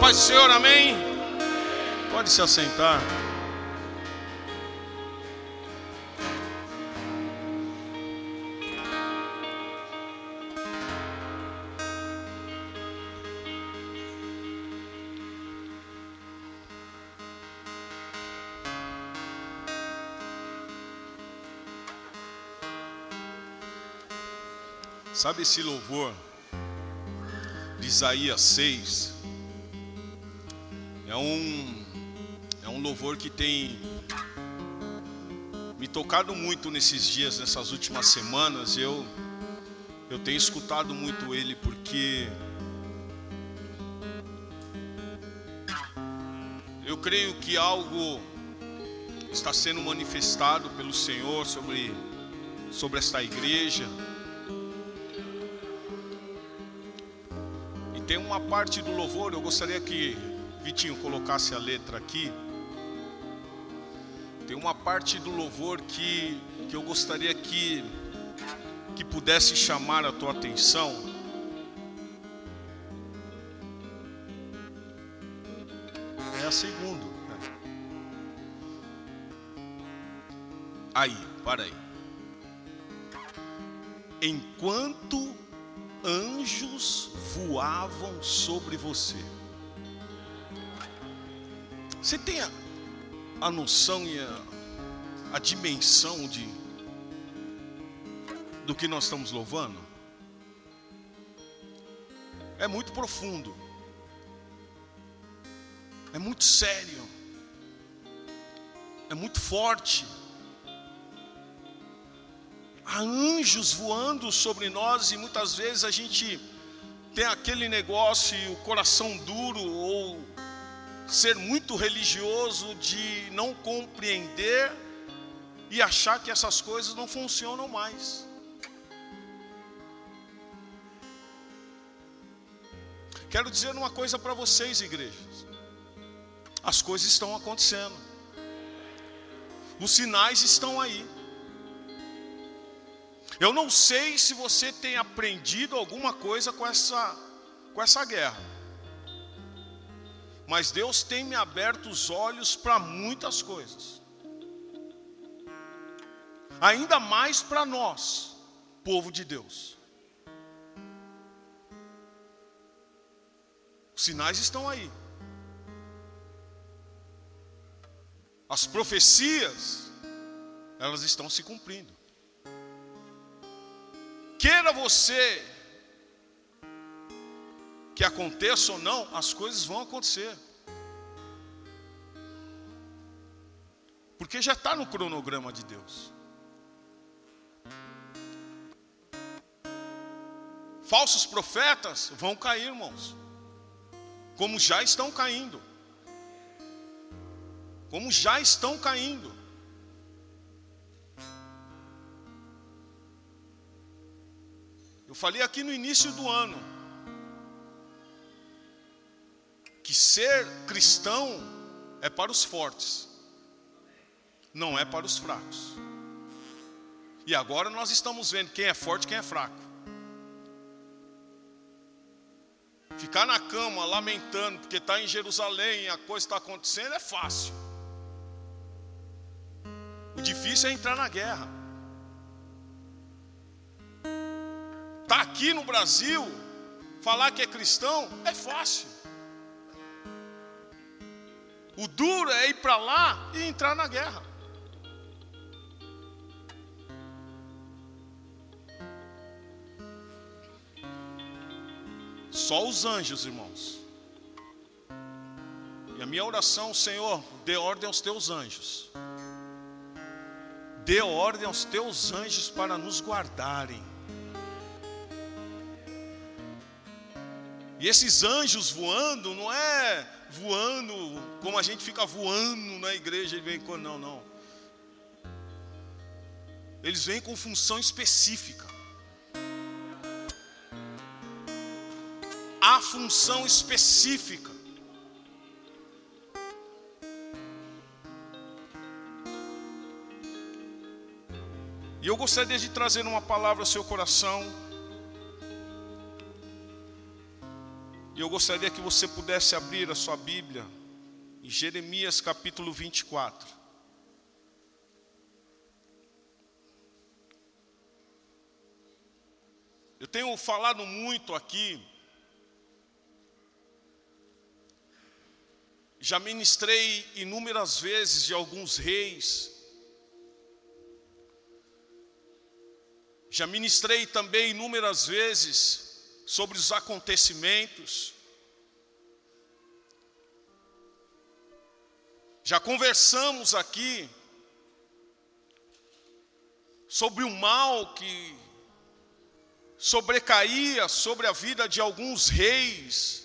paz do Senhor, amém? Pode se assentar. Sabe esse louvor de Isaías 6? É um louvor que tem me tocado muito nesses dias, nessas últimas semanas. Eu tenho escutado muito ele, porque eu creio que algo está sendo manifestado pelo Senhor sobre esta igreja. Tem uma parte do louvor, eu gostaria que Vitinho colocasse a letra aqui. Tem uma parte do louvor que eu gostaria que pudesse chamar a tua atenção. É a segunda. Aí, para aí. Enquanto anjos voavam sobre você. Você tem a noção e a dimensão do que nós estamos louvando? É muito profundo. É muito sério. É muito forte. Há anjos voando sobre nós, e muitas vezes a gente tem aquele negócio e o coração duro, ou ser muito religioso, de não compreender e achar que essas coisas não funcionam mais. Quero dizer uma coisa para vocês, igrejas: as coisas estão acontecendo, os sinais estão aí. Eu não sei se você tem aprendido alguma coisa com essa guerra, mas Deus tem me aberto os olhos para muitas coisas, ainda mais para nós, povo de Deus. Os sinais estão aí, as profecias, elas estão se cumprindo. Queira você que aconteça ou não, as coisas vão acontecer. Porque já está no cronograma de Deus. Falsos profetas vão cair, irmãos. Como já estão caindo. Como já estão caindo. Eu falei aqui no início do ano que ser cristão é para os fortes, não é para os fracos. E agora nós estamos vendo quem é forte e quem é fraco. Ficar na cama lamentando porque está em Jerusalém e a coisa está acontecendo é fácil. O difícil é entrar na guerra. Está aqui no Brasil, falar que é cristão é fácil. O duro é ir para lá e entrar na guerra. Só os anjos, irmãos. E a minha oração: Senhor, dê ordem aos teus anjos. Dê ordem aos teus anjos para nos guardarem. E esses anjos voando, não é voando como a gente fica voando na igreja e vem com, não. Eles vêm com função específica. Há função específica. E eu gostaria de trazer uma palavra ao seu coração. eu gostaria que você pudesse abrir a sua Bíblia em Jeremias capítulo 24. Eu tenho falado muito aqui, já ministrei inúmeras vezes de alguns reis, já ministrei também inúmeras vezes sobre os acontecimentos, já conversamos aqui sobre o mal que sobrecaía sobre a vida de alguns reis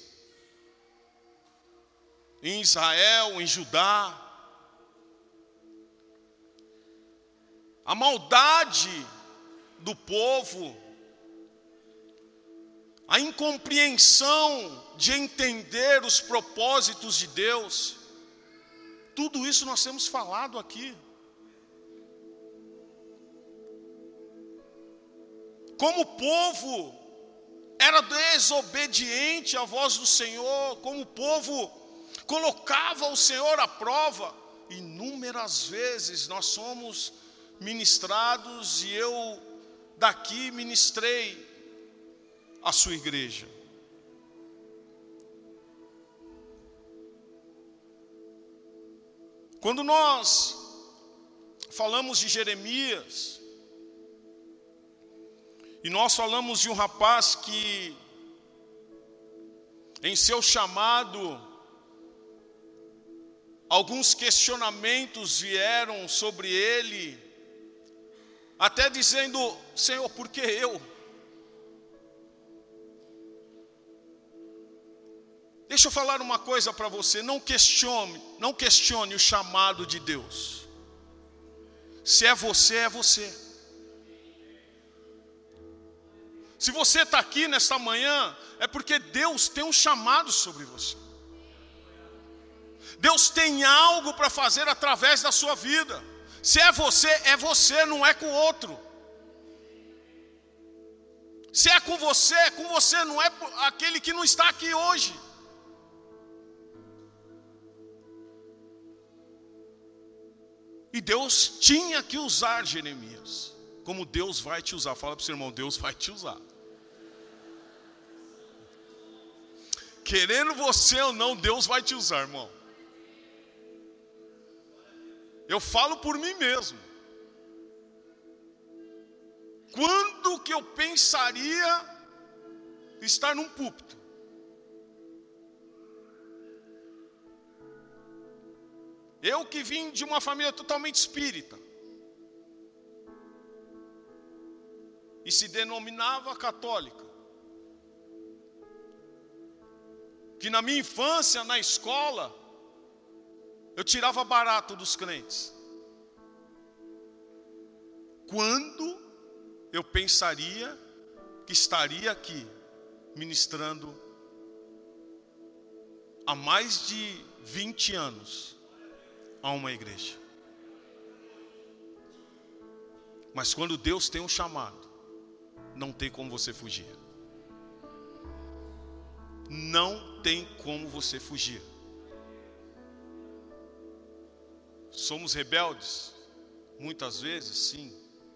em Israel, em Judá, a maldade do povo, a incompreensão de entender os propósitos de Deus. Tudo isso nós temos falado aqui. Como o povo era desobediente à voz do Senhor, como o povo colocava o Senhor à prova. Inúmeras vezes nós somos ministrados e eu daqui ministrei a sua igreja. Quando nós falamos de Jeremias, e nós falamos de um rapaz que, em seu chamado, alguns questionamentos vieram sobre ele, até dizendo: Senhor, por que eu? Deixa eu falar uma coisa para você, não questione o chamado de Deus. Se é você, é você. Se você está aqui nesta manhã, é porque Deus tem um chamado sobre você. Deus tem algo para fazer através da sua vida. Se é você, não é com o outro. Se é com você, não é aquele que não está aqui hoje. E Deus tinha que usar Jeremias, como Deus vai te usar. Fala para o seu irmão: Deus vai te usar. Querendo você ou não, Deus vai te usar, irmão. Eu falo por mim mesmo. Quando que eu pensaria estar num púlpito? Eu que vim de uma família totalmente espírita e se denominava católica, que na minha infância, na escola, eu tirava barato dos crentes. Quando eu pensaria que estaria aqui ministrando há mais de 20 anos a uma igreja? Mas quando Deus tem um chamado, não tem como você fugir. Não tem como você fugir. Somos rebeldes? Muitas vezes, sim.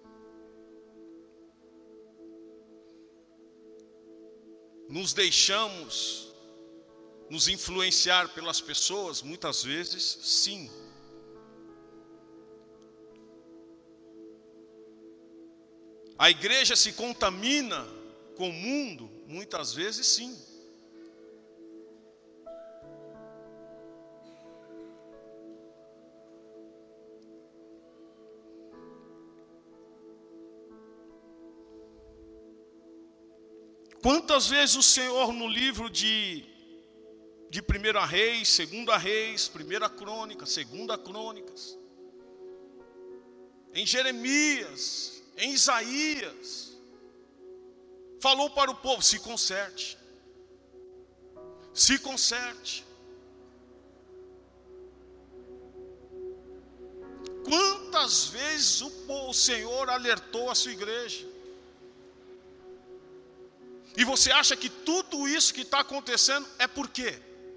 Nos deixamos nos influenciar pelas pessoas? Muitas vezes, sim. A igreja se contamina com o mundo? Muitas vezes, sim. Quantas vezes o Senhor no livro de 1 Reis, 2 Reis, 1 Crônicas, 2 Crônicas, em Jeremias, em Isaías, falou para o povo: se conserte, se conserte. Quantas vezes o Senhor alertou a sua igreja? E você acha que tudo isso que está acontecendo é por quê?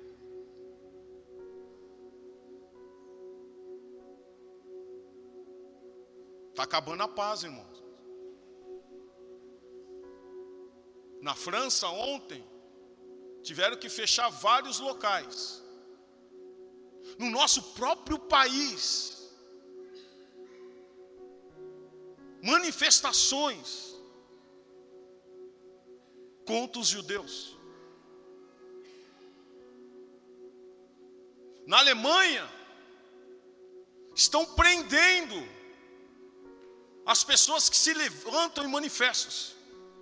Está acabando a paz, irmãos. Na França, ontem, tiveram que fechar vários locais. No nosso próprio país, manifestações contra os judeus. Na Alemanha, estão prendendo as pessoas que se levantam em manifestos.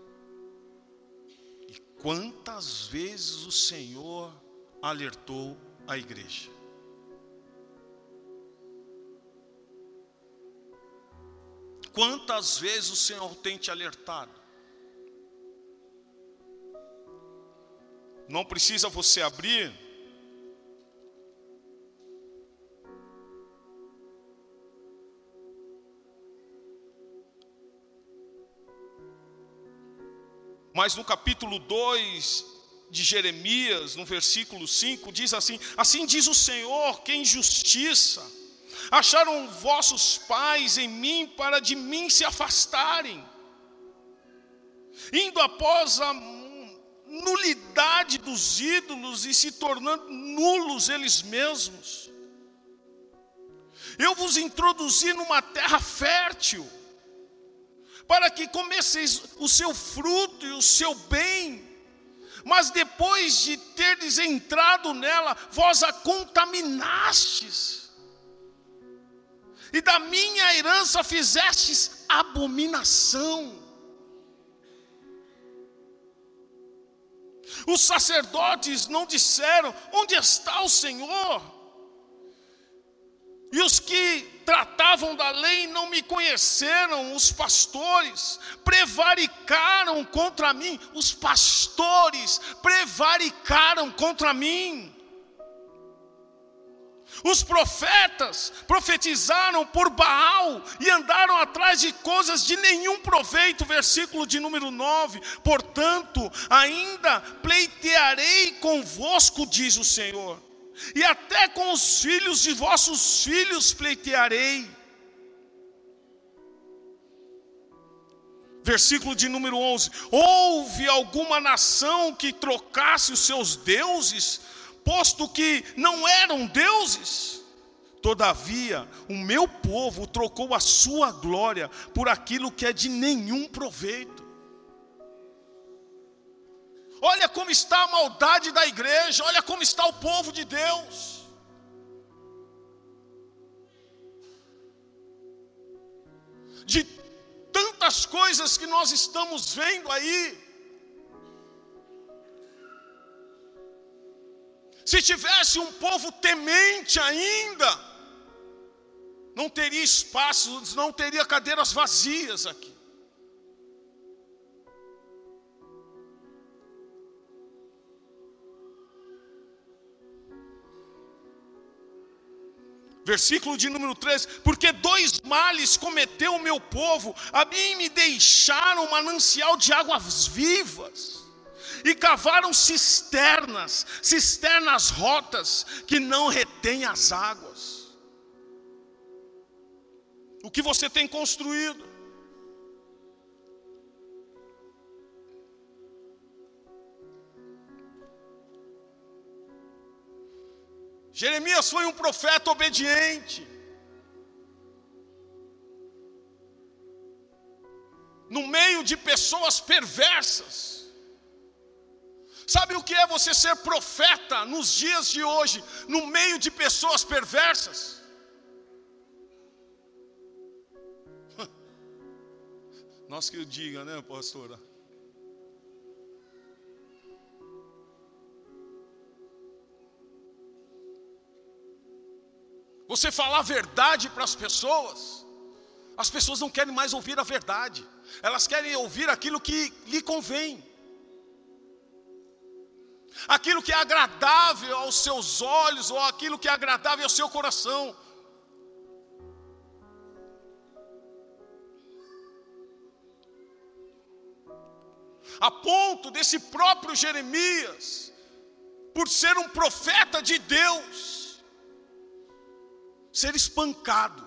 E quantas vezes o Senhor alertou a igreja? Quantas vezes o Senhor tem te alertado? Não precisa você abrir. Mas no capítulo 2 de Jeremias, no versículo 5, diz assim: assim diz o Senhor, que em justiça acharam vossos pais em mim para de mim se afastarem, indo após a nulidade dos ídolos e se tornando nulos eles mesmos. Eu vos introduzi numa terra fértil, para que comesseis o seu fruto e o seu bem, mas depois de teres entrado nela, vós a contaminastes, e da minha herança fizestes abominação. Os sacerdotes não disseram: onde está o Senhor? E os que tratavam da lei não me conheceram. Os pastores prevaricaram contra mim. Os pastores prevaricaram contra mim. Os profetas profetizaram por Baal e andaram atrás de coisas de nenhum proveito. Versículo de número 9. Portanto, ainda pleitearei convosco, diz o Senhor, e até com os filhos de vossos filhos pleitearei. Versículo de número 11. Houve alguma nação que trocasse os seus deuses, posto que não eram deuses? Todavia, o meu povo trocou a sua glória por aquilo que é de nenhum proveito. Olha como está a maldade da igreja, olha como está o povo de Deus. De tantas coisas que nós estamos vendo aí. Se tivesse um povo temente ainda, não teria espaço, não teria cadeiras vazias aqui. Versículo de número 13. Porque dois males cometeu o meu povo: a mim me deixaram um manancial de águas vivas, e cavaram cisternas rotas, que não retêm as águas. O que você tem construído? Jeremias foi um profeta obediente. No meio de pessoas perversas. Sabe o que é você ser profeta nos dias de hoje, no meio de pessoas perversas? Nós que eu diga, né, pastora? Você falar a verdade para as pessoas não querem mais ouvir a verdade. Elas querem ouvir aquilo que lhe convém. Aquilo que é agradável aos seus olhos, ou aquilo que é agradável ao seu coração. a ponto desse próprio Jeremias, por ser um profeta de Deus, ser espancado.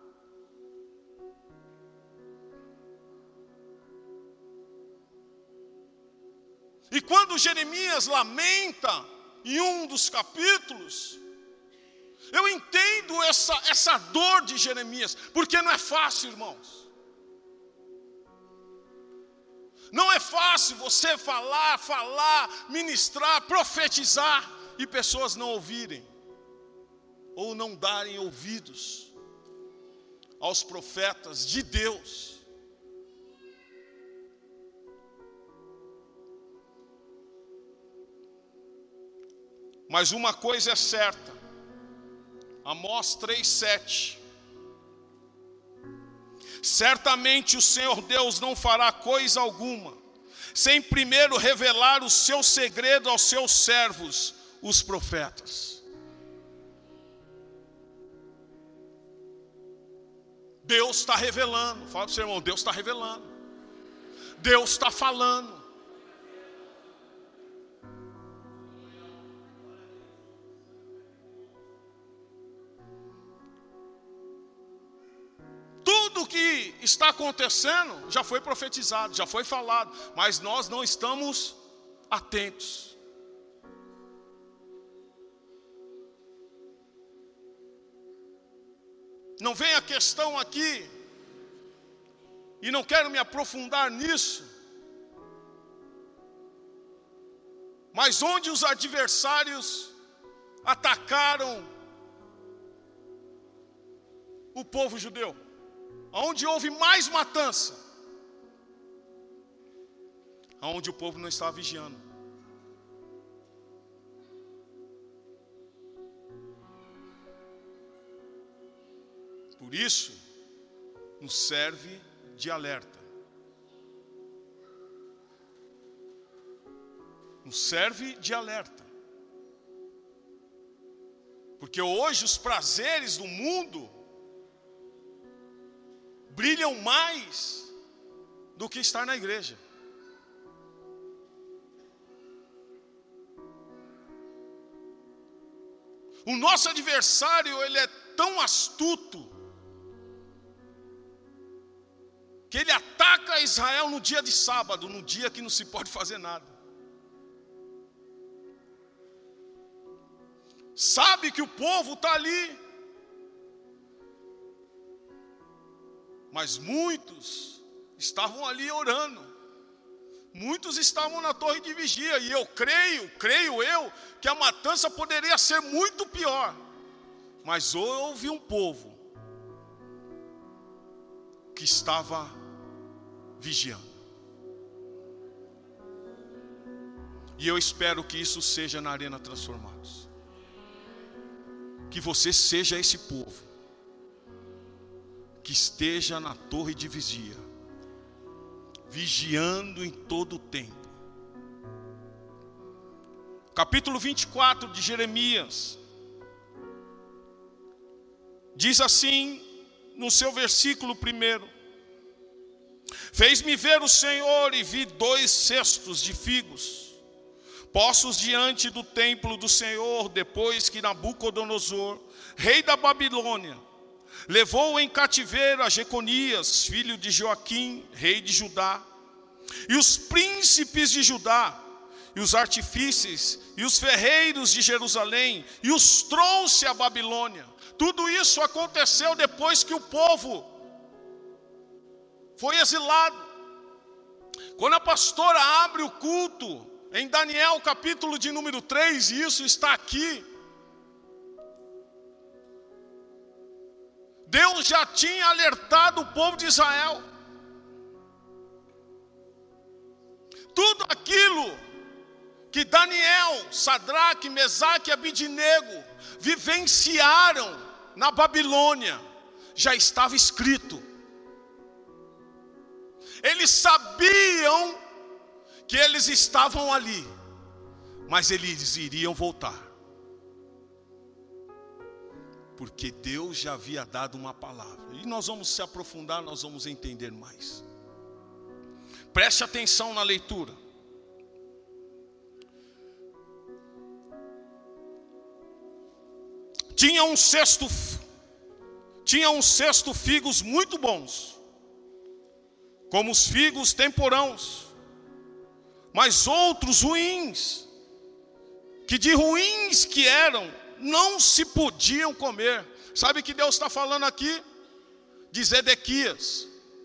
E quando Jeremias lamenta em um dos capítulos, eu entendo essa dor de Jeremias, porque não é fácil, irmãos. Não é fácil você falar, ministrar, profetizar, e pessoas não ouvirem, ou não darem ouvidos aos profetas de Deus. Mas uma coisa é certa, Amós 3:7. Certamente o Senhor Deus não fará coisa alguma, sem primeiro revelar o seu segredo aos seus servos, os profetas. Deus está revelando, fala para o seu irmão, Deus está revelando, Deus está falando. Tudo que está acontecendo já foi profetizado, já foi falado, mas nós não estamos atentos. Não vem a questão aqui, e não quero me aprofundar nisso, mas onde os adversários atacaram o povo judeu, onde houve mais matança, onde o povo não estava vigiando. Por isso, nos serve de alerta. Nos serve de alerta. Porque hoje os prazeres do mundo brilham mais do que estar na igreja. O nosso adversário, ele é tão astuto, que ele ataca Israel no dia de sábado, no dia que não se pode fazer nada. Sabe que o povo está ali, mas muitos estavam ali orando, muitos estavam na torre de vigia, e eu creio eu, que a matança poderia ser muito pior, mas houve um povo que estava vigiando. E eu espero que isso seja na Arena Transformados, que você seja esse povo que esteja na torre de vigia, vigiando em todo o tempo. Capítulo 24 de Jeremias diz assim no seu versículo 1: fez-me ver o Senhor e vi 2 cestos de figos postos diante do templo do Senhor, depois que Nabucodonosor, rei da Babilônia, levou em cativeiro a Jeconias, filho de Joaquim, rei de Judá, e os príncipes de Judá, e os artífices, e os ferreiros de Jerusalém, e os trouxe à Babilônia. Tudo isso aconteceu depois que o povo foi exilado. Quando a pastora abre o culto em Daniel capítulo de número 3, e isso está aqui, Deus já tinha alertado o povo de Israel. Tudo aquilo que Daniel, Sadraque, Mesaque e Abidnego vivenciaram na Babilônia, já estava escrito. Eles sabiam que eles estavam ali, mas eles iriam voltar, porque Deus já havia dado uma palavra. E nós vamos se aprofundar, nós vamos entender mais. Preste atenção na leitura. Tinha um cesto figos muito bons, como os figos temporãos, mas outros ruins, que de ruins que eram, não se podiam comer. Sabe o que Deus está falando aqui? De Zedequias.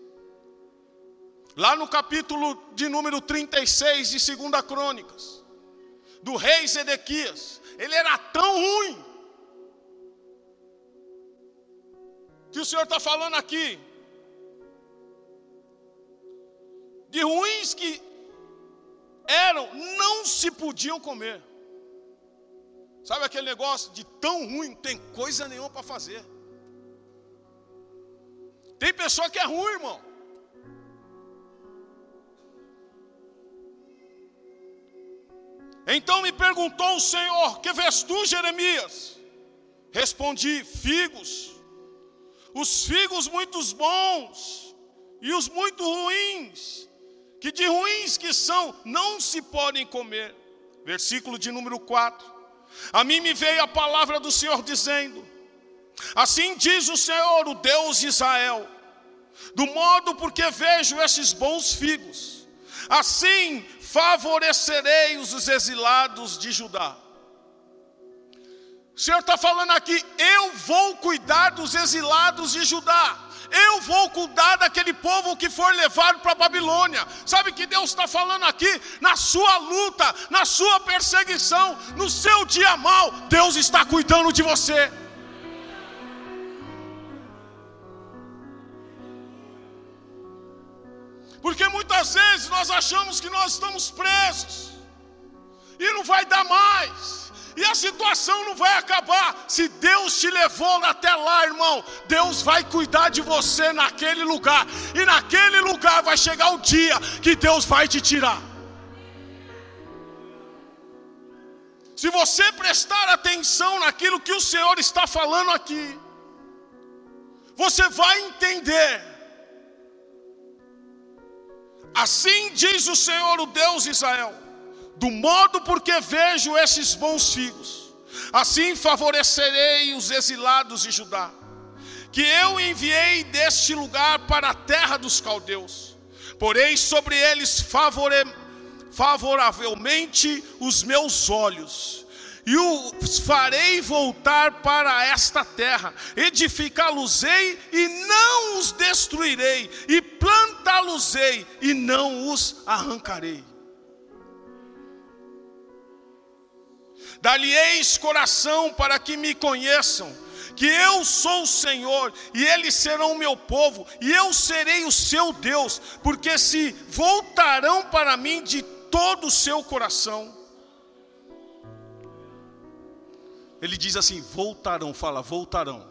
Lá no capítulo de número 36 de 2 Crônicas, do rei Zedequias. Ele era tão ruim, que o Senhor está falando aqui, de ruins que eram, não se podiam comer. Sabe aquele negócio de tão ruim, não tem coisa nenhuma para fazer. Tem pessoa que é ruim, irmão. Então me perguntou o Senhor: que vês tu, Jeremias? Respondi: figos. Os figos muito bons e os muito ruins, que de ruins que são, não se podem comer. Versículo de número 4. A mim me veio a palavra do Senhor dizendo: assim diz o Senhor, o Deus de Israel, do modo porque vejo esses bons figos, assim favorecerei os exilados de Judá. O Senhor está falando aqui: eu vou cuidar dos exilados de Judá. Eu vou cuidar daquele povo que for levado para a Babilônia. Sabe o que Deus está falando aqui? Na sua luta, na sua perseguição, no seu dia mal, Deus está cuidando de você. Porque muitas vezes nós achamos que nós estamos presos e não vai dar mais, e a situação não vai acabar. Se Deus te levou até lá, irmão, Deus vai cuidar de você naquele lugar, e naquele lugar vai chegar o dia que Deus vai te tirar. Se você prestar atenção naquilo que o Senhor está falando aqui, você vai entender. Assim diz o Senhor, o Deus de Israel, do modo porque vejo esses bons figos, assim favorecerei os exilados de Judá, que eu enviei deste lugar para a terra dos caldeus. Porei sobre eles favoravelmente os meus olhos, e os farei voltar para esta terra. Edificá-los-ei e não os destruirei, e plantá-los-ei e não os arrancarei. Dar-lhe-eis coração para que me conheçam, que eu sou o Senhor, e eles serão o meu povo, e eu serei o seu Deus, porque se voltarão para mim de todo o seu coração. Ele diz assim: voltarão, fala, voltarão.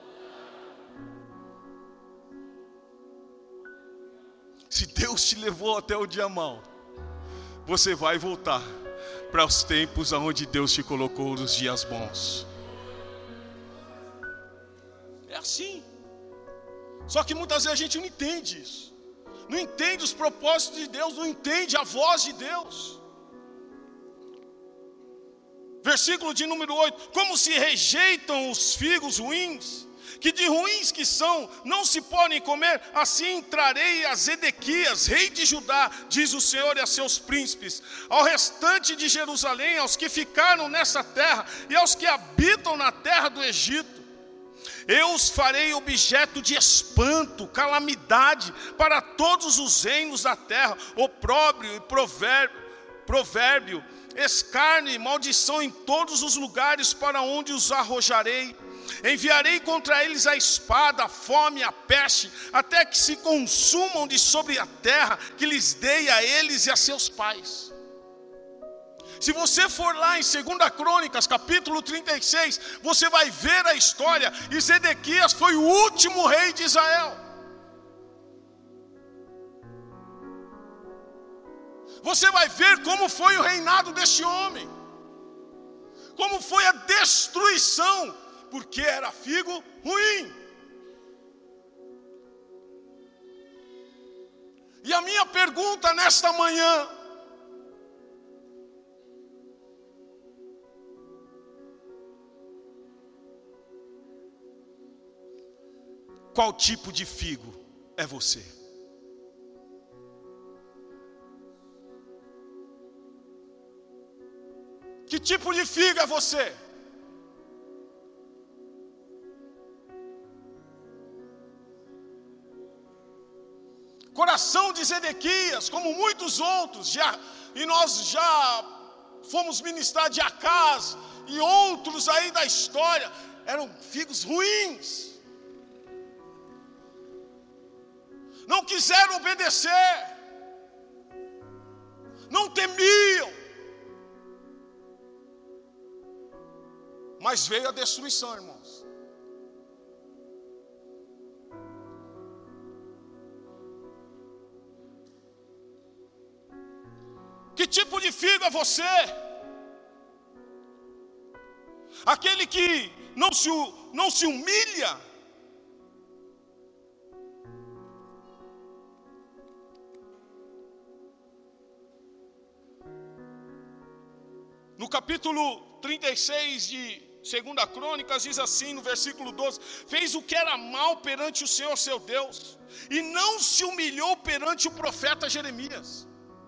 Se Deus te levou até o dia mau, você vai voltar para os tempos onde Deus te colocou nos dias bons. É assim. Só que muitas vezes a gente não entende isso. Não entende os propósitos de Deus, não entende a voz de Deus. Versículo de número 8. Como se rejeitam os figos ruins, que de ruins que são, não se podem comer, assim trarei a Zedequias, rei de Judá, diz o Senhor, e a seus príncipes, ao restante de Jerusalém, aos que ficaram nessa terra, e aos que habitam na terra do Egito. Eu os farei objeto de espanto, calamidade, para todos os reinos da terra, opróbrio e provérbio, escárnio e maldição em todos os lugares para onde os arrojarei. Enviarei contra eles a espada, a fome, a peste, até que se consumam de sobre a terra que lhes dei a eles e a seus pais. Se você for lá em 2 Crônicas, capítulo 36, você vai ver a história, e Zedequias foi o último rei de Israel. Você vai ver como foi o reinado deste homem, como foi a destruição, porque era figo ruim. E a minha pergunta nesta manhã: qual tipo de figo é você? Que tipo de figo é você? Coração de Zedequias, como muitos outros, e nós já fomos ministrar de Acás e outros aí da história, eram figos ruins. Não quiseram obedecer, não temiam, mas veio a destruição, irmãos. Que tipo de figo é você? Aquele que não se humilha? No capítulo 36 de 2 Crônicas, diz assim, no versículo 12: fez o que era mal perante o Senhor seu Deus, e não se humilhou perante o profeta Jeremias.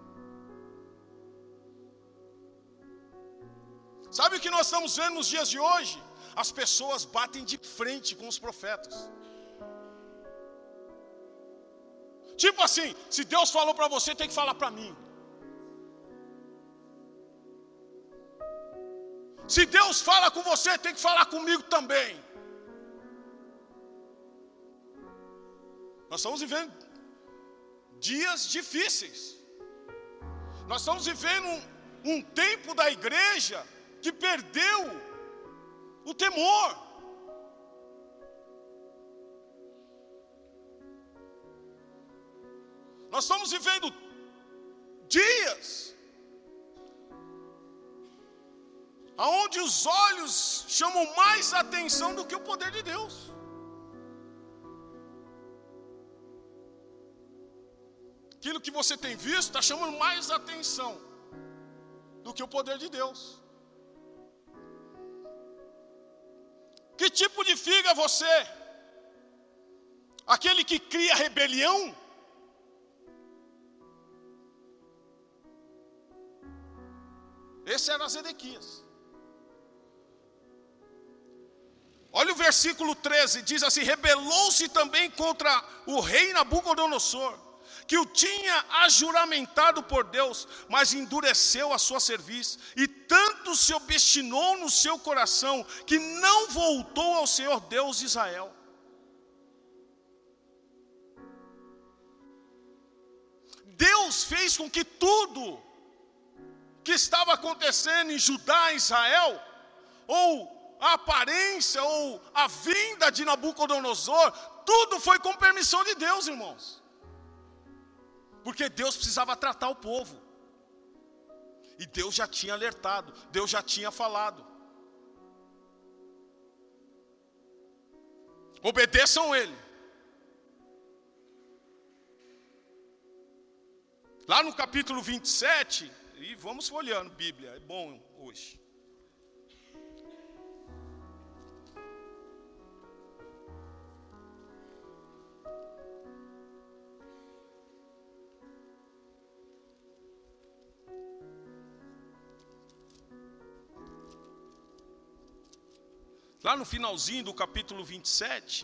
Sabe o que nós estamos vendo nos dias de hoje? As pessoas batem de frente com os profetas. Tipo assim, se Deus falou para você, tem que falar para mim. Se Deus fala com você, tem que falar comigo também. Nós estamos vivendo dias difíceis. Nós estamos vivendo um tempo da igreja que perdeu o temor. Nós estamos vivendo dias aonde os olhos chamam mais atenção do que o poder de Deus. Aquilo que você tem visto está chamando mais atenção do que o poder de Deus. Que tipo de figo é você? Aquele que cria rebelião? Esse era Zedequias. Olha o versículo 13, diz assim: rebelou-se também contra o rei Nabucodonosor, que o tinha ajuramentado por Deus, mas endureceu a sua cerviz, e tanto se obstinou no seu coração, que não voltou ao Senhor Deus de Israel. Deus fez com que tudo que estava acontecendo em Judá e Israel, ou a aparência, ou a vinda de Nabucodonosor, tudo foi com permissão de Deus, irmãos. Porque Deus precisava tratar o povo. E Deus já tinha alertado, Deus já tinha falado. Obedeçam Ele. Lá no capítulo 27, e vamos folheando Bíblia, é bom hoje. Lá no finalzinho do capítulo 27,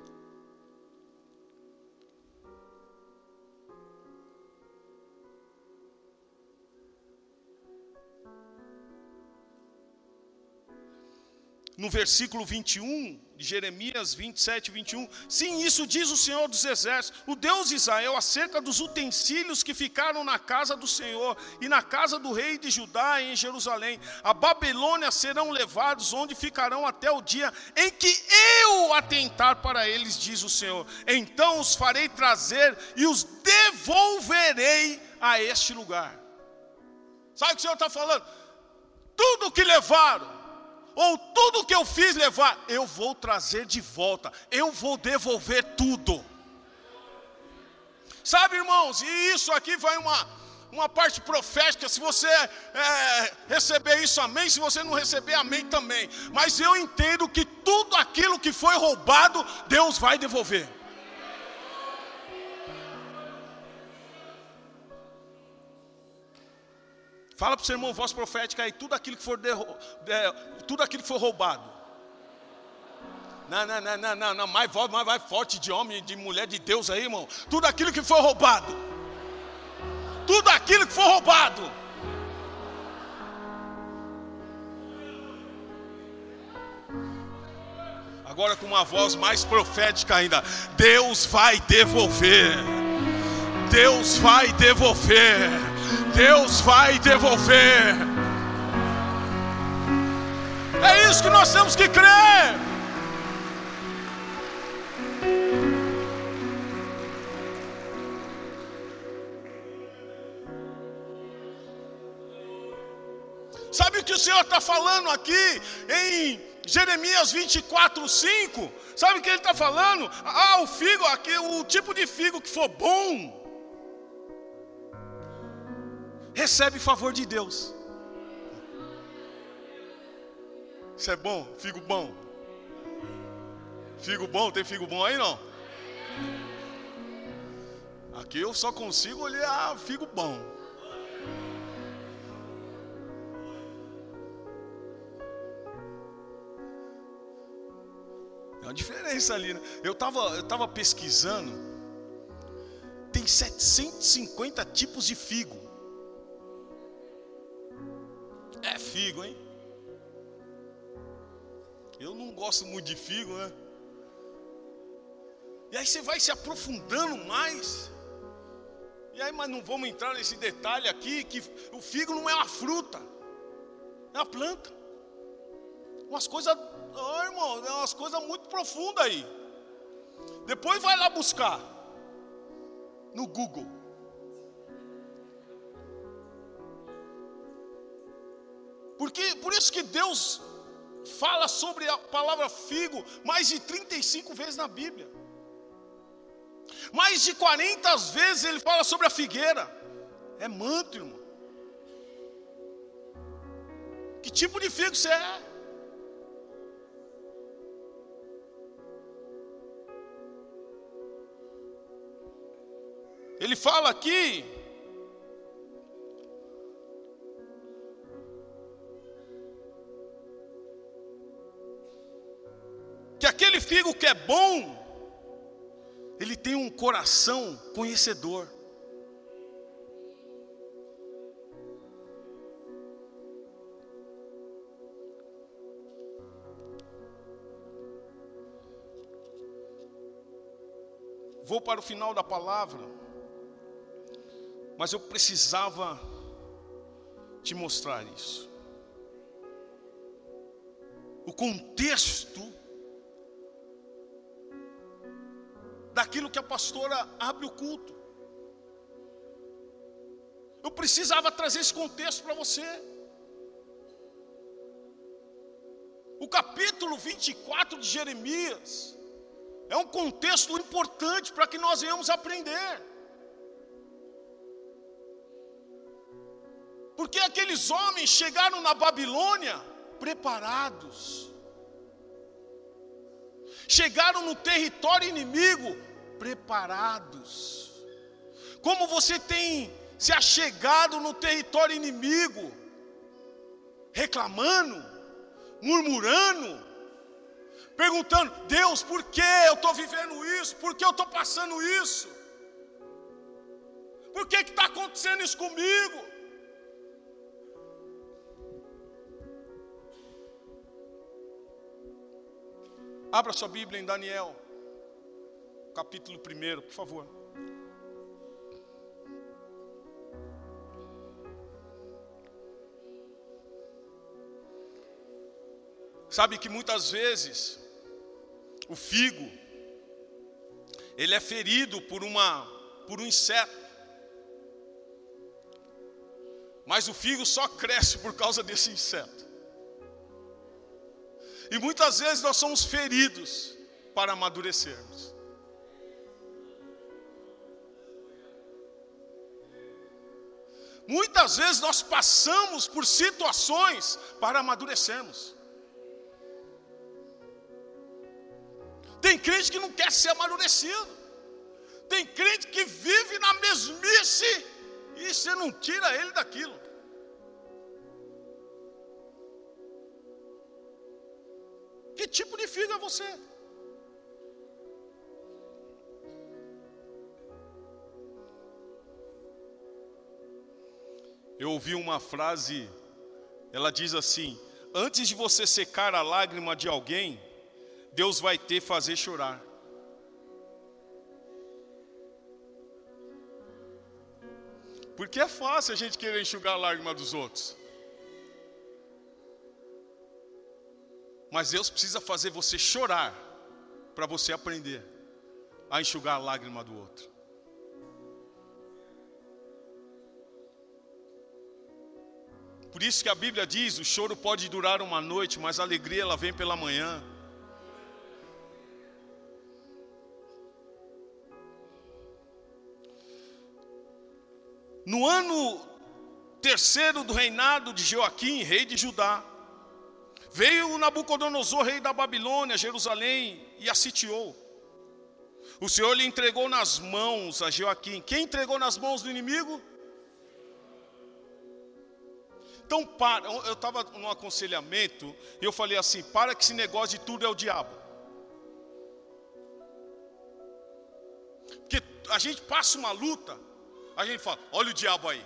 no versículo 21, de Jeremias 27, 21, sim, isso diz o Senhor dos Exércitos, o Deus de Israel, acerca dos utensílios que ficaram na casa do Senhor e na casa do rei de Judá e em Jerusalém. A Babilônia serão levados, onde ficarão até o dia em que eu atentar para eles, diz o Senhor. Então os farei trazer e os devolverei a este lugar. Sabe o que o Senhor está falando? Tudo que levaram, ou tudo que eu fiz levar, eu vou trazer de volta, eu vou devolver tudo. Sabe, irmãos, e isso aqui vai uma parte profética. Se você receber isso, amém. Se você não receber, amém também. Mas eu entendo que tudo aquilo que foi roubado, Deus vai devolver. Fala para o seu irmão, voz profética aí, tudo aquilo que for roubado. Não, mais forte de homem, de mulher de Deus aí, irmão. Tudo aquilo que for roubado. Tudo aquilo que for roubado. Agora com uma voz mais profética ainda. Deus vai devolver. Deus vai devolver. Deus vai devolver. É isso que nós temos que crer. Sabe o que o Senhor está falando aqui em Jeremias 24:5? Sabe o que Ele está falando? O figo, aqui, o tipo de figo que for bom, recebe favor de Deus. Isso é bom? Figo bom? Figo bom? Tem figo bom aí não? Aqui eu só consigo olhar figo bom. É uma diferença ali, né? Eu tava pesquisando. Tem 750 tipos de figo. É figo, hein? Eu não gosto muito de figo, né? E aí você vai se aprofundando mais. E aí, mas não vamos entrar nesse detalhe aqui, que o figo não é uma fruta, é uma planta. Umas coisas, irmão, é umas coisas muito profundas aí. Depois vai lá buscar no Google. Por isso que Deus fala sobre a palavra figo mais de 35 vezes na Bíblia. Mais de 40 vezes Ele fala sobre a figueira. É manto, irmão. Que tipo de figo você é? Ele fala aqui que aquele figo que é bom, ele tem um coração conhecedor. Vou para o final da palavra, mas eu precisava te mostrar isso. O contexto daquilo que a pastora abre o culto. Eu precisava trazer esse contexto para você. O capítulo 24 de Jeremias é um contexto importante para que nós venhamos aprender. Porque aqueles homens chegaram na Babilônia preparados. Chegaram no território inimigo preparados. Como você tem se achegado no território inimigo, reclamando, murmurando, perguntando: Deus, por que eu estou vivendo isso? Por que eu estou passando isso? Por que está acontecendo isso comigo? Abra sua Bíblia em Daniel, capítulo 1, por favor. Sabe que muitas vezes o figo, ele é ferido por um inseto. Mas o figo só cresce por causa desse inseto. E muitas vezes nós somos feridos para amadurecermos. Muitas vezes nós passamos por situações para amadurecermos. Tem crente que não quer ser amadurecido. Tem crente que vive na mesmice e você não tira ele daquilo. Que tipo de filho é você? Eu ouvi uma frase, ela diz assim: antes de você secar a lágrima de alguém, Deus vai te fazer chorar. Porque é fácil a gente querer enxugar a lágrima dos outros. Mas Deus precisa fazer você chorar para você aprender a enxugar a lágrima do outro. Por isso que a Bíblia diz: o choro pode durar uma noite, mas a alegria ela vem pela manhã. No ano terceiro do reinado de Joaquim, rei de Judá, veio Nabucodonosor, rei da Babilônia, a Jerusalém, e a sitiou. O Senhor lhe entregou nas mãos a Joaquim. Quem entregou nas mãos do inimigo? Então, eu estava no aconselhamento e eu falei assim: para que esse negócio de tudo é o diabo. Porque a gente passa uma luta, a gente fala: olha o diabo aí.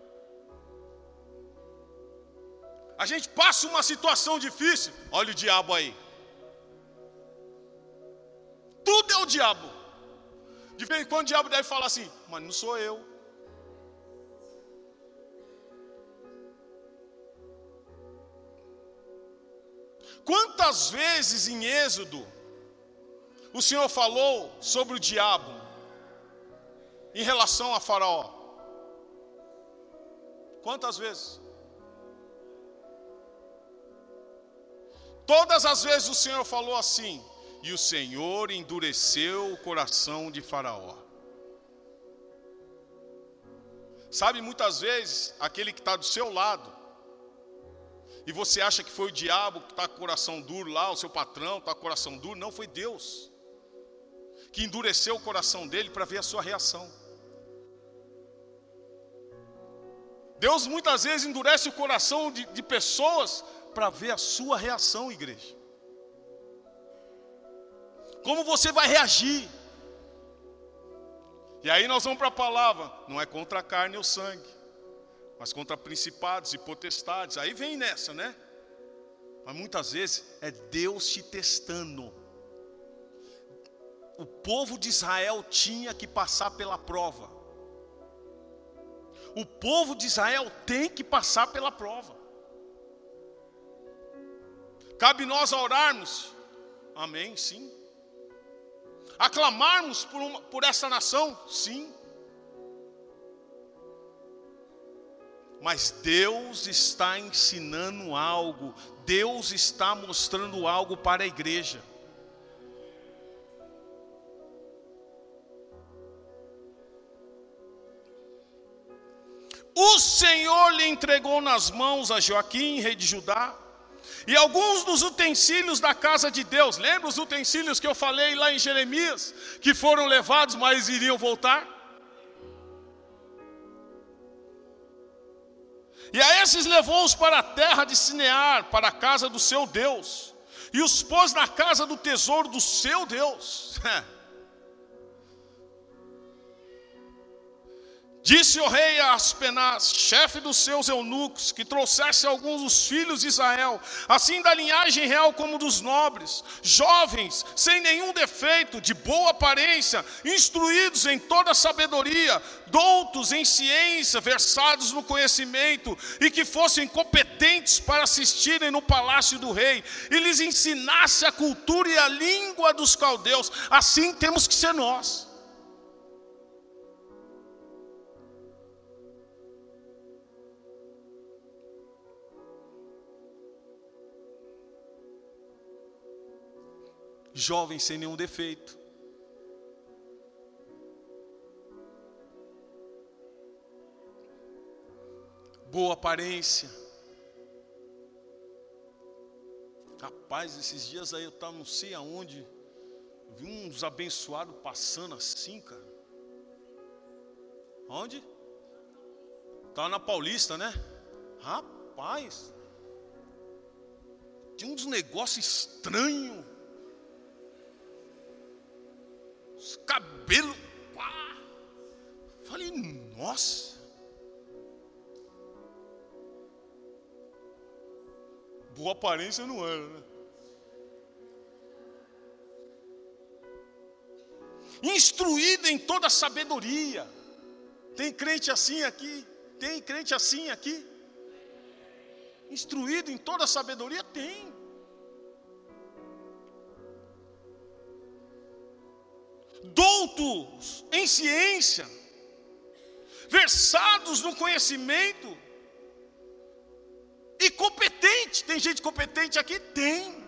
A gente passa uma situação difícil, olha o diabo aí. Tudo é o diabo. De vez em quando o diabo deve falar assim: mas não sou eu. Quantas vezes em Êxodo o Senhor falou sobre o diabo em relação a Faraó? Quantas vezes? Todas as vezes o Senhor falou assim: e o Senhor endureceu o coração de Faraó. Sabe, muitas vezes aquele que está do seu lado, e você acha que foi o diabo que está com o coração duro lá, o seu patrão está com o coração duro. Não, foi Deus que endureceu o coração dele para ver a sua reação. Deus muitas vezes endurece o coração de pessoas para ver a sua reação, igreja. Como você vai reagir? E aí nós vamos para a palavra: não é contra a carne ou sangue, mas contra principados e potestades. Aí vem nessa, né? Mas muitas vezes é Deus te testando. O povo de Israel tinha que passar pela prova. O povo de Israel tem que passar pela prova. Cabe nós orarmos, amém, sim. Aclamarmos por essa nação, sim. Mas Deus está ensinando algo, Deus está mostrando algo para a igreja. O Senhor lhe entregou nas mãos a Joaquim, rei de Judá, e alguns dos utensílios da casa de Deus. Lembra os utensílios que eu falei lá em Jeremias, que foram levados, mas iriam voltar? E a esses levou-os para a terra de Sinear, para a casa do seu Deus, e os pôs na casa do tesouro do seu Deus. Disse o rei a Aspenaz, chefe dos seus eunucos, que trouxesse alguns dos filhos de Israel, assim da linhagem real como dos nobres, jovens, sem nenhum defeito, de boa aparência, instruídos em toda sabedoria, doutos em ciência, versados no conhecimento, e que fossem competentes para assistirem no palácio do rei, e lhes ensinasse a cultura e a língua dos caldeus. Assim temos que ser nós. Jovem sem nenhum defeito. boa aparência. Rapaz, esses dias aí eu estava não sei aonde, vi uns abençoados passando assim, cara. Onde? Estava na Paulista, né? Rapaz, tinha uns negócios estranhos. Os cabelos, pá. Falei, nossa. Boa aparência não era, né? Instruído em toda sabedoria. Tem crente assim aqui? Tem crente assim aqui? Instruído em toda sabedoria? Tem. Doutos em ciência, versados no conhecimento, e competente. Tem gente competente aqui? Tem.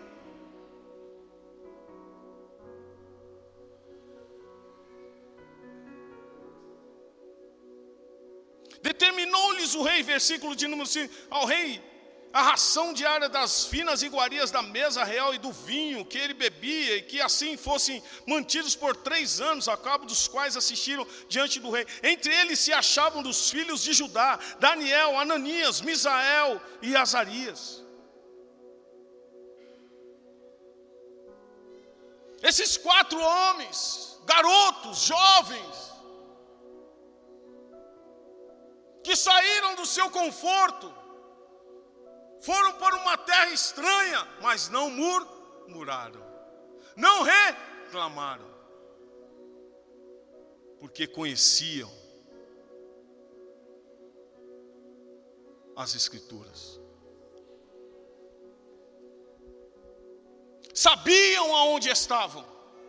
Determinou-lhes o rei, versículo de número 5, ao rei a ração diária das finas iguarias da mesa real e do vinho que ele bebia, e que assim fossem mantidos por 3 anos, a cabo dos quais assistiram diante do rei. Entre eles se achavam dos filhos de Judá, Daniel, Ananias, Misael e Azarias. Esses 4 homens, garotos, jovens, que saíram do seu conforto, foram para uma terra estranha, mas não murmuraram, não reclamaram, porque conheciam as Escrituras, sabiam aonde estavam.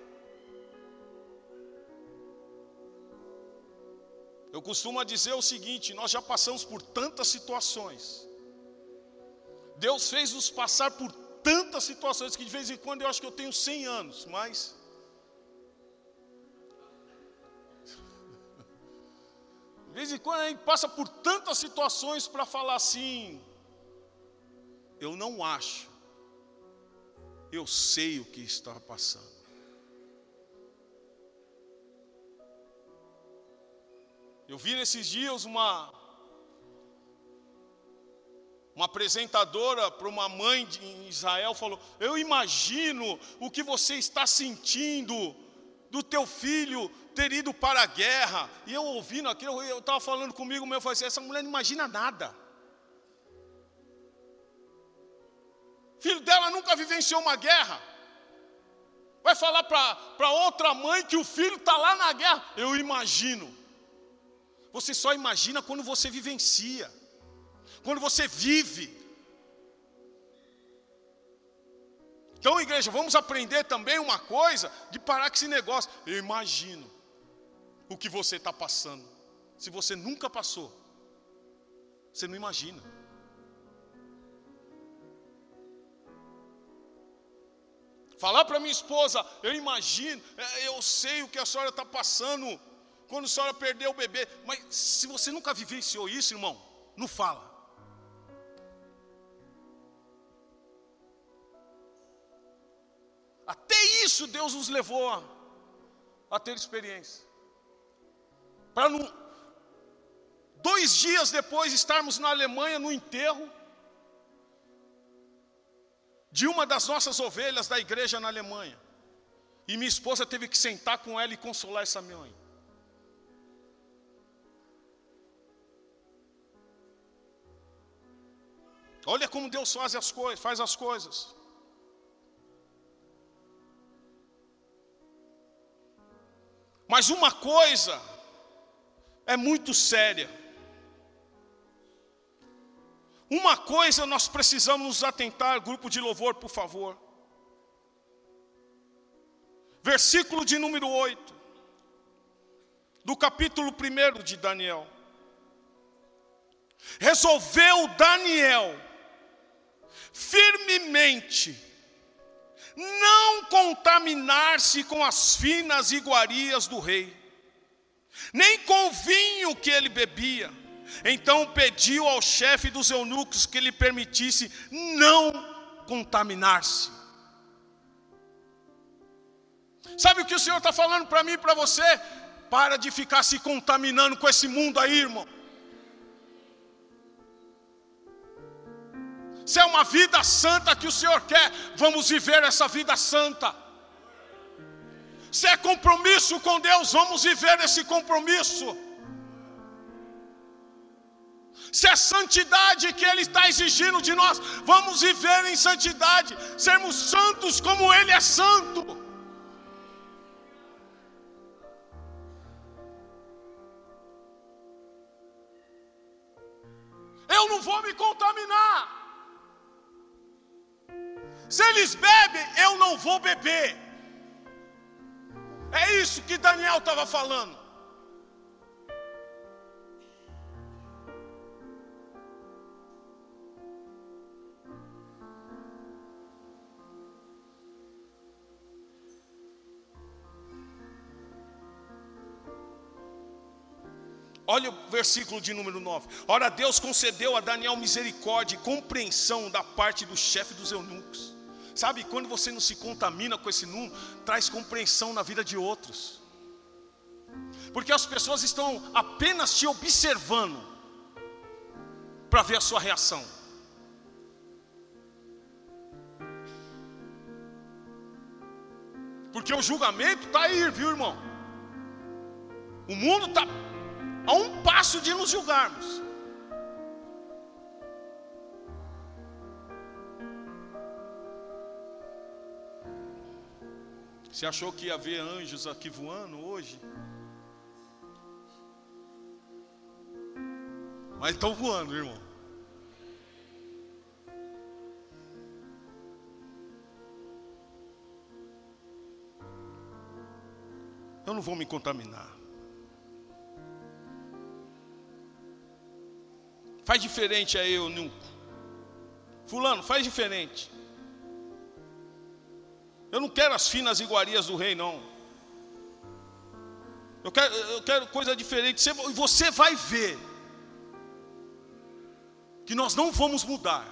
Eu costumo dizer o seguinte: nós já passamos por tantas situações, Deus fez nos passar por tantas situações, que de vez em quando eu acho que eu tenho 100 anos, mas de vez em quando a gente passa por tantas situações para falar assim: eu não acho, eu sei o que está passando. Eu vi nesses dias uma apresentadora para uma mãe em Israel, falou: eu imagino o que você está sentindo do teu filho ter ido para a guerra. E eu ouvindo aquilo, eu estava falando comigo mesmo, eu falei assim: essa mulher não imagina nada. O filho dela nunca vivenciou uma guerra. Vai falar para outra mãe que o filho está lá na guerra. Eu imagino. Você só imagina quando você vivencia, quando você vive. Então, igreja, vamos aprender também uma coisa, de parar com esse negócio. Eu imagino o que você está passando. Se você nunca passou, você não imagina. Falar para minha esposa: eu imagino, eu sei o que a senhora está passando quando a senhora perdeu o bebê. Mas se você nunca vivenciou isso, irmão, não fala. Até isso Deus nos levou a ter experiência. Para 2 dias depois estarmos na Alemanha no enterro de uma das nossas ovelhas da igreja na Alemanha. E minha esposa teve que sentar com ela e consolar essa mãe. Olha como Deus faz as coisas. Mas uma coisa é muito séria. Uma coisa nós precisamos nos atentar, grupo de louvor, por favor. Versículo de número 8, do capítulo 1 de Daniel. Resolveu Daniel firmemente não contaminar-se com as finas iguarias do rei, nem com o vinho que ele bebia, Então pediu ao chefe dos eunucos que lhe permitisse não contaminar-se. Sabe o que o Senhor está falando para mim e para você? Para de ficar se contaminando com esse mundo aí, irmão. Se é uma vida santa que o Senhor quer, vamos viver essa vida santa. Se é compromisso com Deus, vamos viver esse compromisso. Se é santidade que Ele está exigindo de nós, vamos viver em santidade, sermos santos como Ele é santo. Eu não vou me contaminar. Se eles bebem, eu não vou beber. É isso que Daniel estava falando. Olha o versículo de número 9. Ora, Deus concedeu a Daniel misericórdia e compreensão da parte do chefe dos eunucos. Sabe, quando você não se contamina com esse mundo, traz compreensão na vida de outros. Porque as pessoas estão apenas te observando para ver a sua reação. Porque o julgamento está aí, viu, irmão? O mundo está a um passo de nos julgarmos. Você achou que ia ver anjos aqui voando hoje? Mas estão voando, irmão. Eu não vou me contaminar. Faz diferente aí, eunuco. Fulano, faz diferente. Eu não quero as finas iguarias do rei, não. Eu quero coisa diferente. Você vai ver que nós não vamos mudar.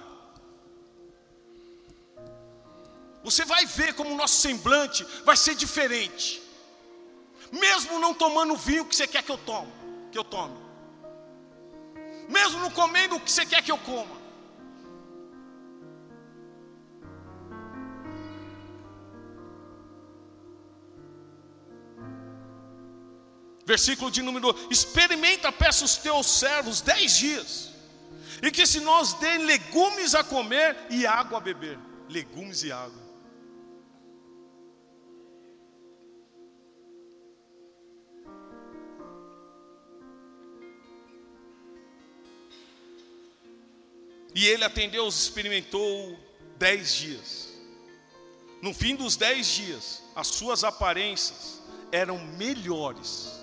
Você vai ver como o nosso semblante vai ser diferente. Mesmo não tomando o vinho que você quer que eu tome. Mesmo não comendo o que você quer que eu coma. Versículo de número 2: experimenta, peço os teus servos 10 dias, e que se nós dê legumes a comer e água a beber. Legumes e água. E ele atendeu, os experimentou 10 dias. No fim dos 10 dias, as suas aparências eram melhores.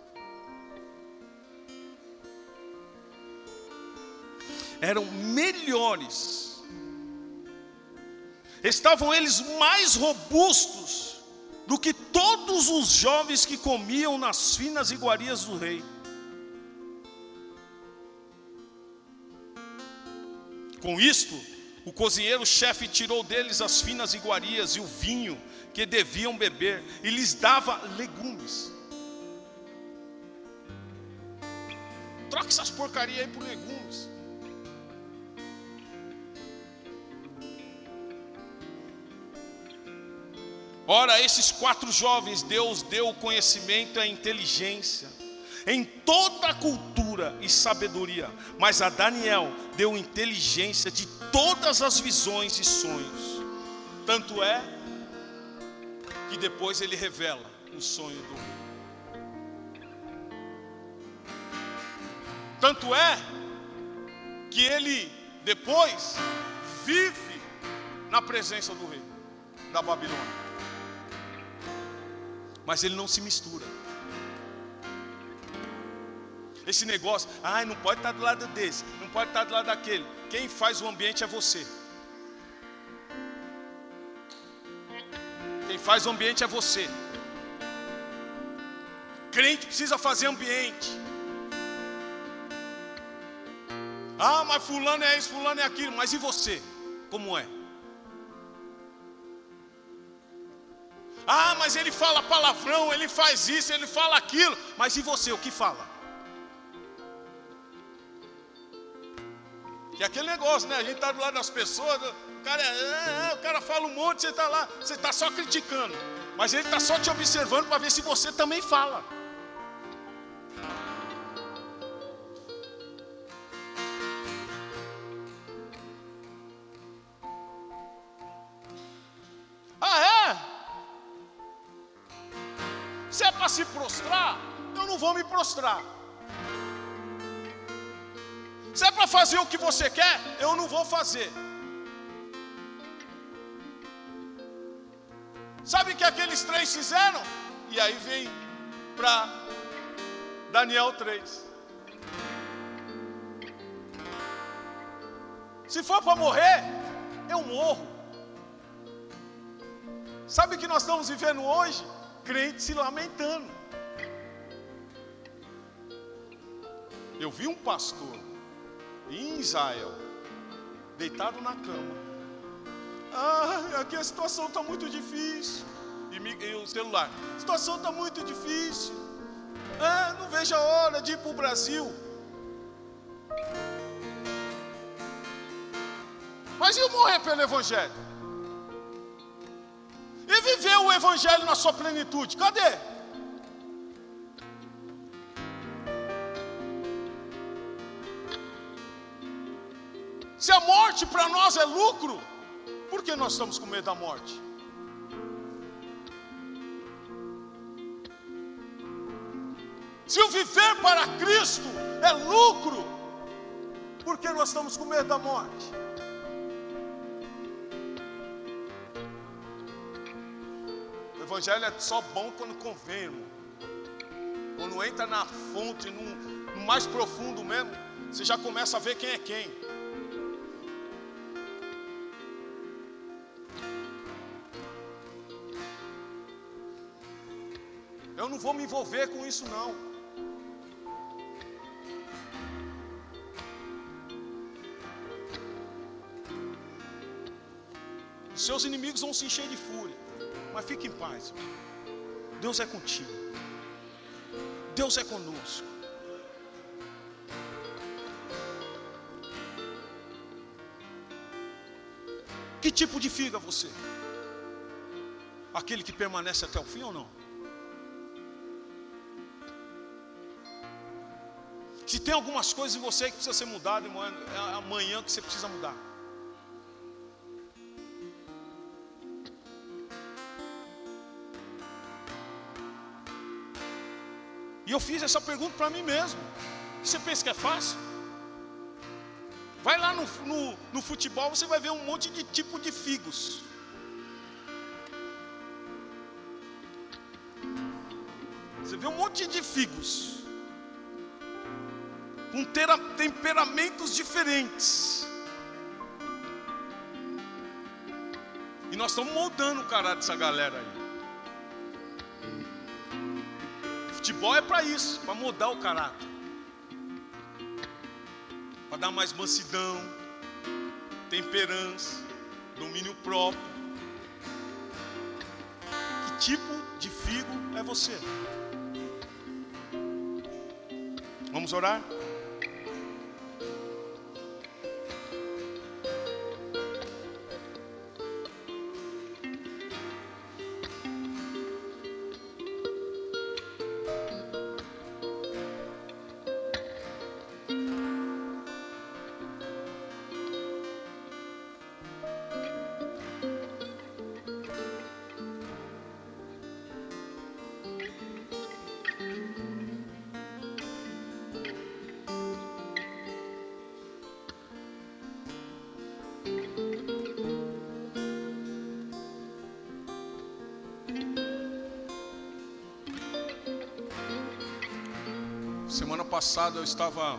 Eram melhores. Estavam eles mais robustos do que todos os jovens que comiam nas finas iguarias do rei. Com isto, o cozinheiro-chefe tirou deles as finas iguarias e o vinho que deviam beber, e lhes dava legumes. Troca essas porcarias aí por legumes. Ora, esses 4 jovens Deus deu o conhecimento e a inteligência em toda a cultura e sabedoria, mas a Daniel deu inteligência de todas as visões e sonhos. Tanto é que depois ele revela o sonho do rei. Tanto é que ele depois vive na presença do rei da Babilônia. Mas ele não se mistura. Esse negócio, não pode estar do lado desse, não pode estar do lado daquele. Quem faz o ambiente é você. Quem faz o ambiente é você. Crente precisa fazer ambiente. Ah, mas fulano é isso, fulano é aquilo. Mas e você? Como é? Ah, mas ele fala palavrão, ele faz isso, ele fala aquilo. Mas e você, o que fala? Que é aquele negócio, né? A gente está do lado das pessoas, o cara fala um monte, você está lá, você está só criticando. Mas ele está só te observando para ver se você também fala. Se é para se prostrar, eu não vou me prostrar. Se é para fazer o que você quer, eu não vou fazer. Sabe o que aqueles 3 fizeram? E aí vem para Daniel 3. Se for para morrer, eu morro. Sabe o que nós estamos vivendo hoje? Crente se lamentando. Eu vi um pastor em Israel, deitado na cama. Ah, aqui a situação está muito difícil. E o celular, a situação está muito difícil. Ah, não vejo a hora de ir para o Brasil. Mas e eu morrer pelo Evangelho? E viver o Evangelho na sua plenitude? Cadê? Se a morte para nós é lucro, por que nós estamos com medo da morte? Se o viver para Cristo é lucro, por que nós estamos com medo da morte? O Evangelho é só bom quando convém, irmão. Quando entra na fonte, no mais profundo mesmo, você já começa a ver quem é quem. Eu não vou me envolver com isso não. Os seus inimigos vão se encher de fúria, mas fique em paz. Deus é contigo. Deus é conosco. Que tipo de figa você? Aquele que permanece até o fim ou não? Se tem algumas coisas em você que precisa ser mudado, irmão, é amanhã que você precisa mudar. E eu fiz essa pergunta para mim mesmo. Você pensa que é fácil? Vai lá no futebol, você vai ver um monte de tipo de figos. Você vê um monte de figos com temperamentos diferentes. E nós estamos moldando o caráter dessa galera aí. Futebol é para isso, para moldar o caráter, para dar mais mansidão, temperança, domínio próprio. Que tipo de figo é você? Vamos orar? Semana passada eu estava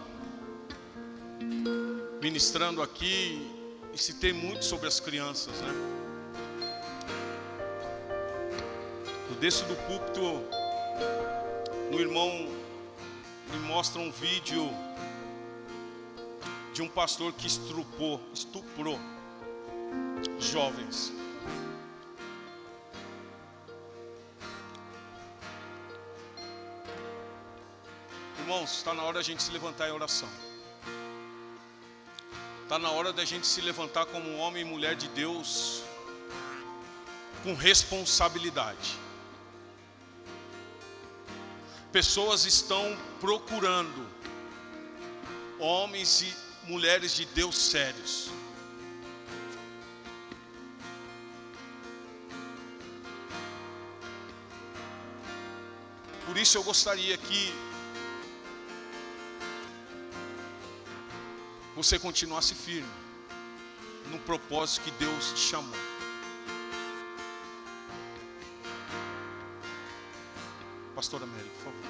ministrando aqui e citei muito sobre as crianças, né? Eu desço do púlpito, um irmão me mostra um vídeo de um pastor que estuprou jovens. Irmãos, está na hora da gente se levantar em oração. Está na hora da gente se levantar como um homem e mulher de Deus com responsabilidade. Pessoas estão procurando homens e mulheres de Deus sérios. Por isso eu gostaria que você continuasse firme no propósito que Deus te chamou. Pastora Mary, por favor.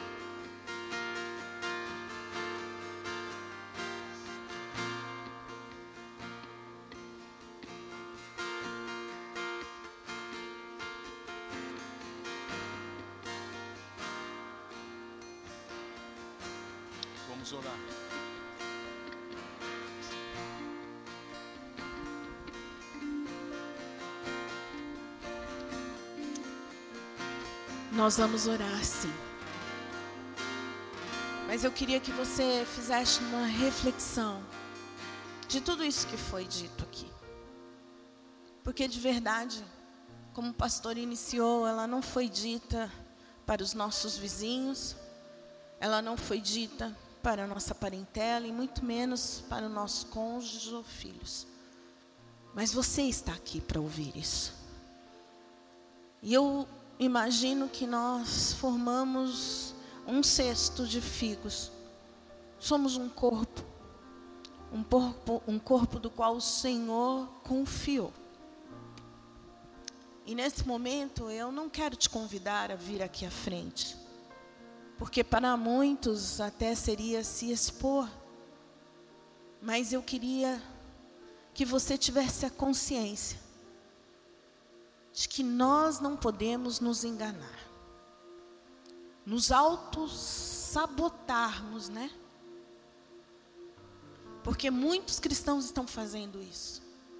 Vamos orar. Nós vamos orar, sim. Mas eu queria que você fizesse uma reflexão de tudo isso que foi dito aqui. Porque de verdade, como o pastor iniciou, ela não foi dita para os nossos vizinhos, ela não foi dita para a nossa parentela e muito menos para o nosso cônjuge ou filhos. Mas você está aqui para ouvir isso. E eu imagino que nós formamos um cesto de figos. Somos um corpo do qual o Senhor confiou. E nesse momento eu não quero te convidar a vir aqui à frente, porque para muitos até seria se expor. Mas eu queria que você tivesse a consciência de que nós não podemos nos enganar, nos auto-sabotarmos, né? Porque muitos cristãos estão fazendo isso.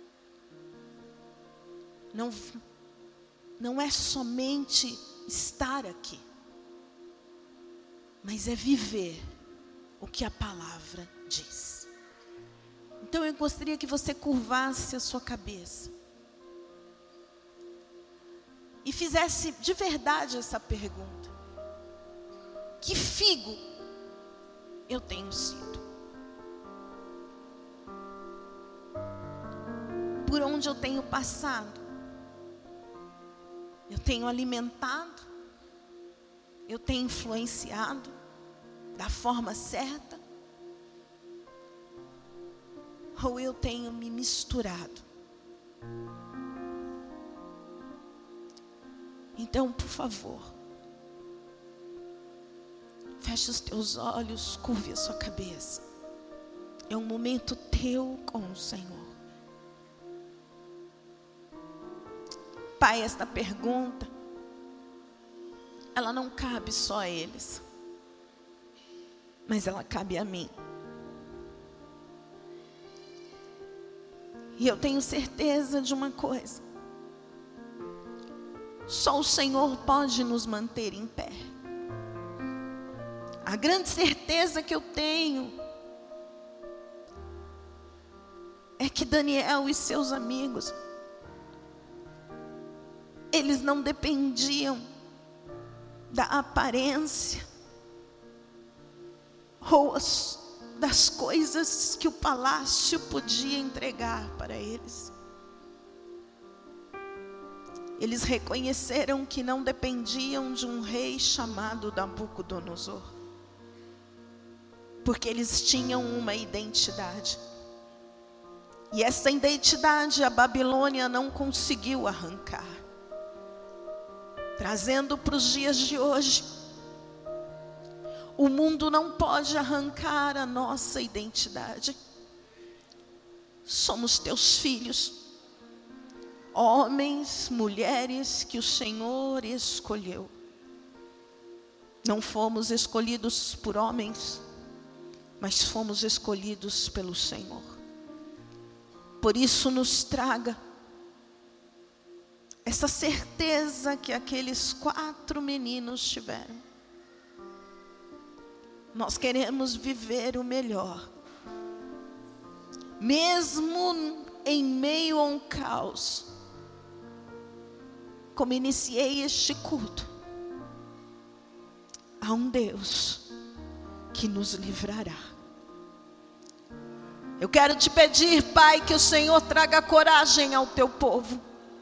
Não é somente estar aqui, mas é viver o que a palavra diz. Então eu gostaria que você curvasse a sua cabeça e fizesse de verdade essa pergunta: que figo eu tenho sido? Por onde eu tenho passado? Eu tenho alimentado? Eu tenho influenciado da forma certa? Ou eu tenho me misturado? Então, por favor, feche os teus olhos, curve a sua cabeça. É um momento teu com o Senhor. Pai, esta pergunta, ela não cabe só a eles, mas ela cabe a mim. E eu tenho certeza de uma coisa: só o Senhor pode nos manter em pé. A grande certeza que eu tenho é que Daniel e seus amigos, eles não dependiam da aparência ou das coisas que o palácio podia entregar para eles. Eles reconheceram que não dependiam de um rei chamado Nabucodonosor, porque eles tinham uma identidade. E essa identidade a Babilônia não conseguiu arrancar. Trazendo para os dias de hoje, o mundo não pode arrancar a nossa identidade. Somos teus filhos, homens, mulheres que o Senhor escolheu. Não fomos escolhidos por homens, mas fomos escolhidos pelo Senhor. Por isso nos traga essa certeza que aqueles 4 meninos tiveram. Nós queremos viver o melhor, mesmo em meio a um caos. Como iniciei este culto, há um Deus que nos livrará. Eu quero te pedir, Pai, que o Senhor traga coragem ao teu povo,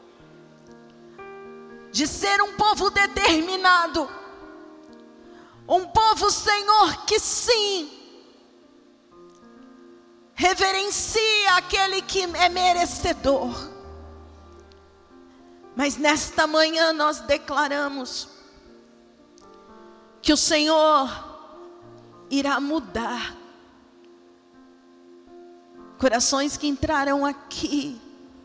de ser um povo determinado, um povo, Senhor, que sim, reverencia aquele que é merecedor. Mas nesta manhã nós declaramos que o Senhor irá mudar corações que entraram aqui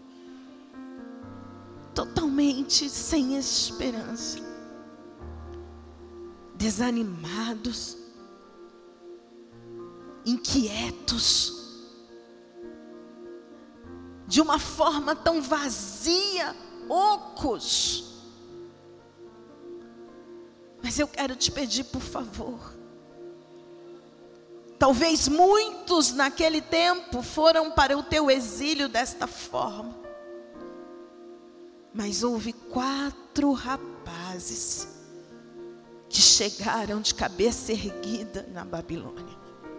totalmente sem esperança, desanimados, inquietos, de uma forma tão vazia, ocos. Mas eu quero te pedir, por favor, talvez muitos naquele tempo foram para o teu exílio desta forma, mas houve 4 rapazes que chegaram de cabeça erguida na Babilônia,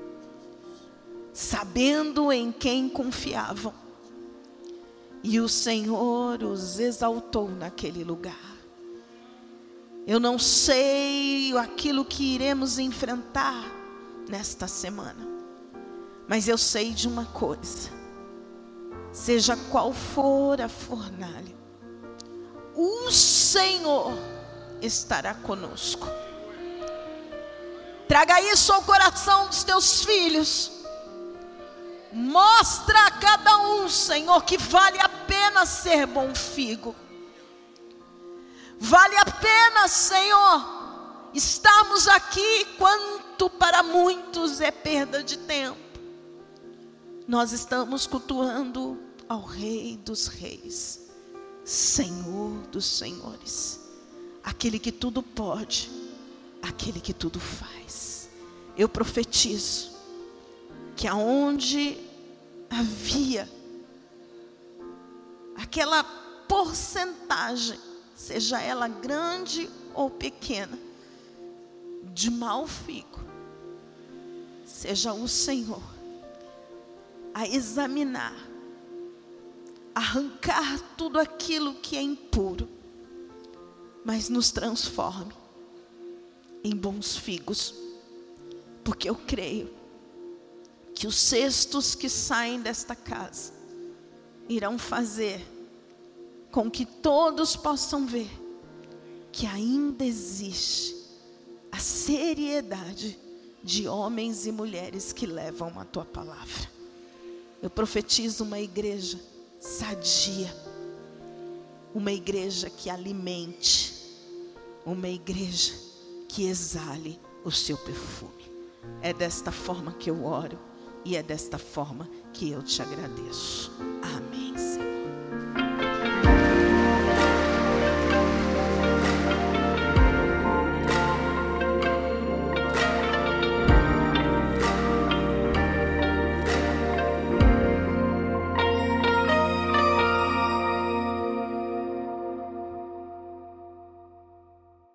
sabendo em quem confiavam, e o Senhor os exaltou naquele lugar. Eu não sei aquilo que iremos enfrentar nesta semana, mas eu sei de uma coisa: seja qual for a fornalha, o Senhor estará conosco. Traga isso ao coração dos teus filhos. Mostra a cada um, Senhor, que vale a pena ser bom figo. Vale a pena, Senhor, estarmos aqui, quanto para muitos é perda de tempo. Nós estamos cultuando ao Rei dos Reis, Senhor dos Senhores, aquele que tudo pode, aquele que tudo faz. Eu profetizo que aonde havia aquela porcentagem, seja ela grande ou pequena, de mau figo, seja o Senhor a examinar, arrancar tudo aquilo que é impuro, mas nos transforme em bons figos, porque eu creio que os cestos que saem desta casa irão fazer com que todos possam ver que ainda existe a seriedade de homens e mulheres que levam a tua palavra. Eu profetizo uma igreja sadia, uma igreja que alimente, uma igreja que exale o seu perfume. É desta forma que eu oro e é desta forma que eu te agradeço. Amém, Senhor.